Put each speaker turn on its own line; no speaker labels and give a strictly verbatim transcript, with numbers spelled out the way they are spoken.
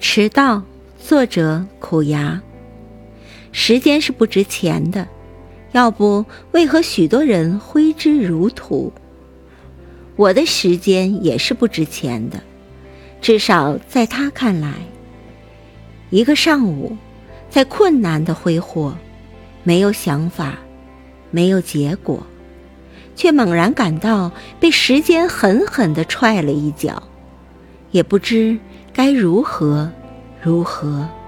迟到，作者苦牙。时间是不值钱的，要不为何许多人挥之如土？我的时间也是不值钱的，至少在他看来。一个上午，在困难的挥霍，没有想法，没有结果，却猛然感到被时间狠狠地踹了一脚，也不知该如何如何。